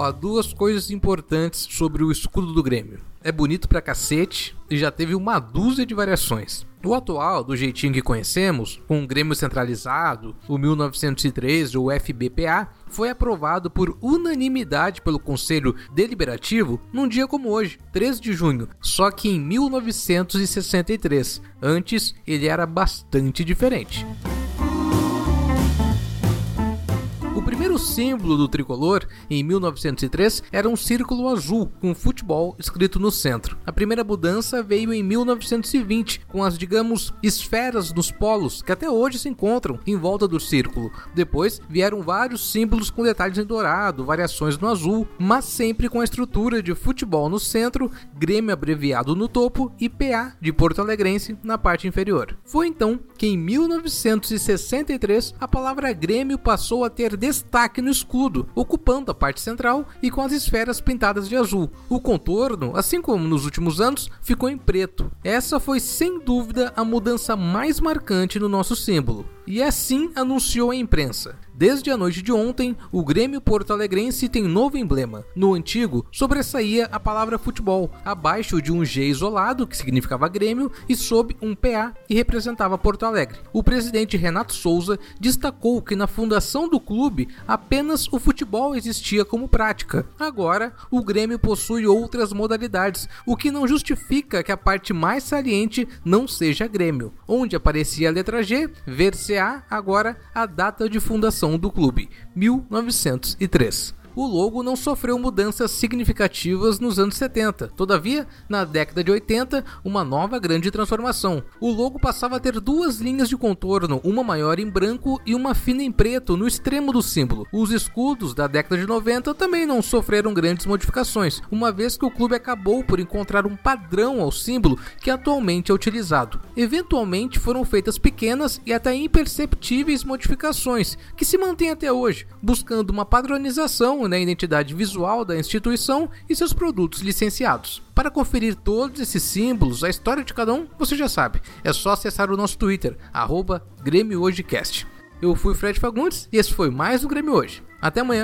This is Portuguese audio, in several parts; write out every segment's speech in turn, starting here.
Ó, duas coisas importantes sobre o escudo do Grêmio. É bonito pra cacete e já teve uma dúzia de variações. O atual, do jeitinho que conhecemos, com o Grêmio centralizado, o 1913 ou FBPA, foi aprovado por unanimidade pelo Conselho Deliberativo num dia como hoje, 3 de junho, só que em 1963. Antes, ele era bastante diferente. O primeiro símbolo do tricolor, em 1903, era um círculo azul com futebol escrito no centro. A primeira mudança veio em 1920, com as, digamos, esferas nos polos, que até hoje se encontram em volta do círculo. Depois vieram vários símbolos com detalhes em dourado, variações no azul, mas sempre com a estrutura de futebol no centro, Grêmio abreviado no topo e PA de Porto Alegrense na parte inferior. Foi então que em 1963 a palavra Grêmio passou a ter destaque no escudo, ocupando a parte central e com as esferas pintadas de azul. O contorno, assim como nos últimos anos, ficou em preto. Essa foi sem dúvida a mudança mais marcante no nosso símbolo. E assim anunciou a imprensa. Desde a noite de ontem, o Grêmio Porto Alegrense tem novo emblema. No antigo, sobressaía a palavra futebol, abaixo de um G isolado, que significava Grêmio, e sob um PA, que representava Porto Alegre. O presidente Renato Souza destacou que na fundação do clube, apenas o futebol existia como prática. Agora, o Grêmio possui outras modalidades, o que não justifica que a parte mais saliente não seja Grêmio. Onde aparecia a letra G, ver-se-á agora a data de fundação do clube, 1903. O logo não sofreu mudanças significativas nos anos 70. Todavia, na década de 80, uma nova grande transformação. O logo passava a ter duas linhas de contorno, uma maior em branco e uma fina em preto no extremo do símbolo. Os escudos da década de 90 também não sofreram grandes modificações, uma vez que o clube acabou por encontrar um padrão ao símbolo que atualmente é utilizado. Eventualmente foram feitas pequenas e até imperceptíveis modificações, que se mantêm até hoje, buscando uma padronização na identidade visual da instituição e seus produtos licenciados. Para conferir todos esses símbolos, a história de cada um, você já sabe, é só acessar o nosso Twitter, @GrêmioHojeCast. Eu fui o Fred Fagundes e esse foi mais o Grêmio Hoje. Até amanhã!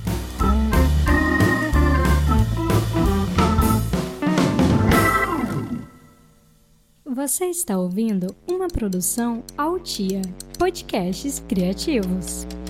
Você está ouvindo uma produção Altia, podcasts criativos.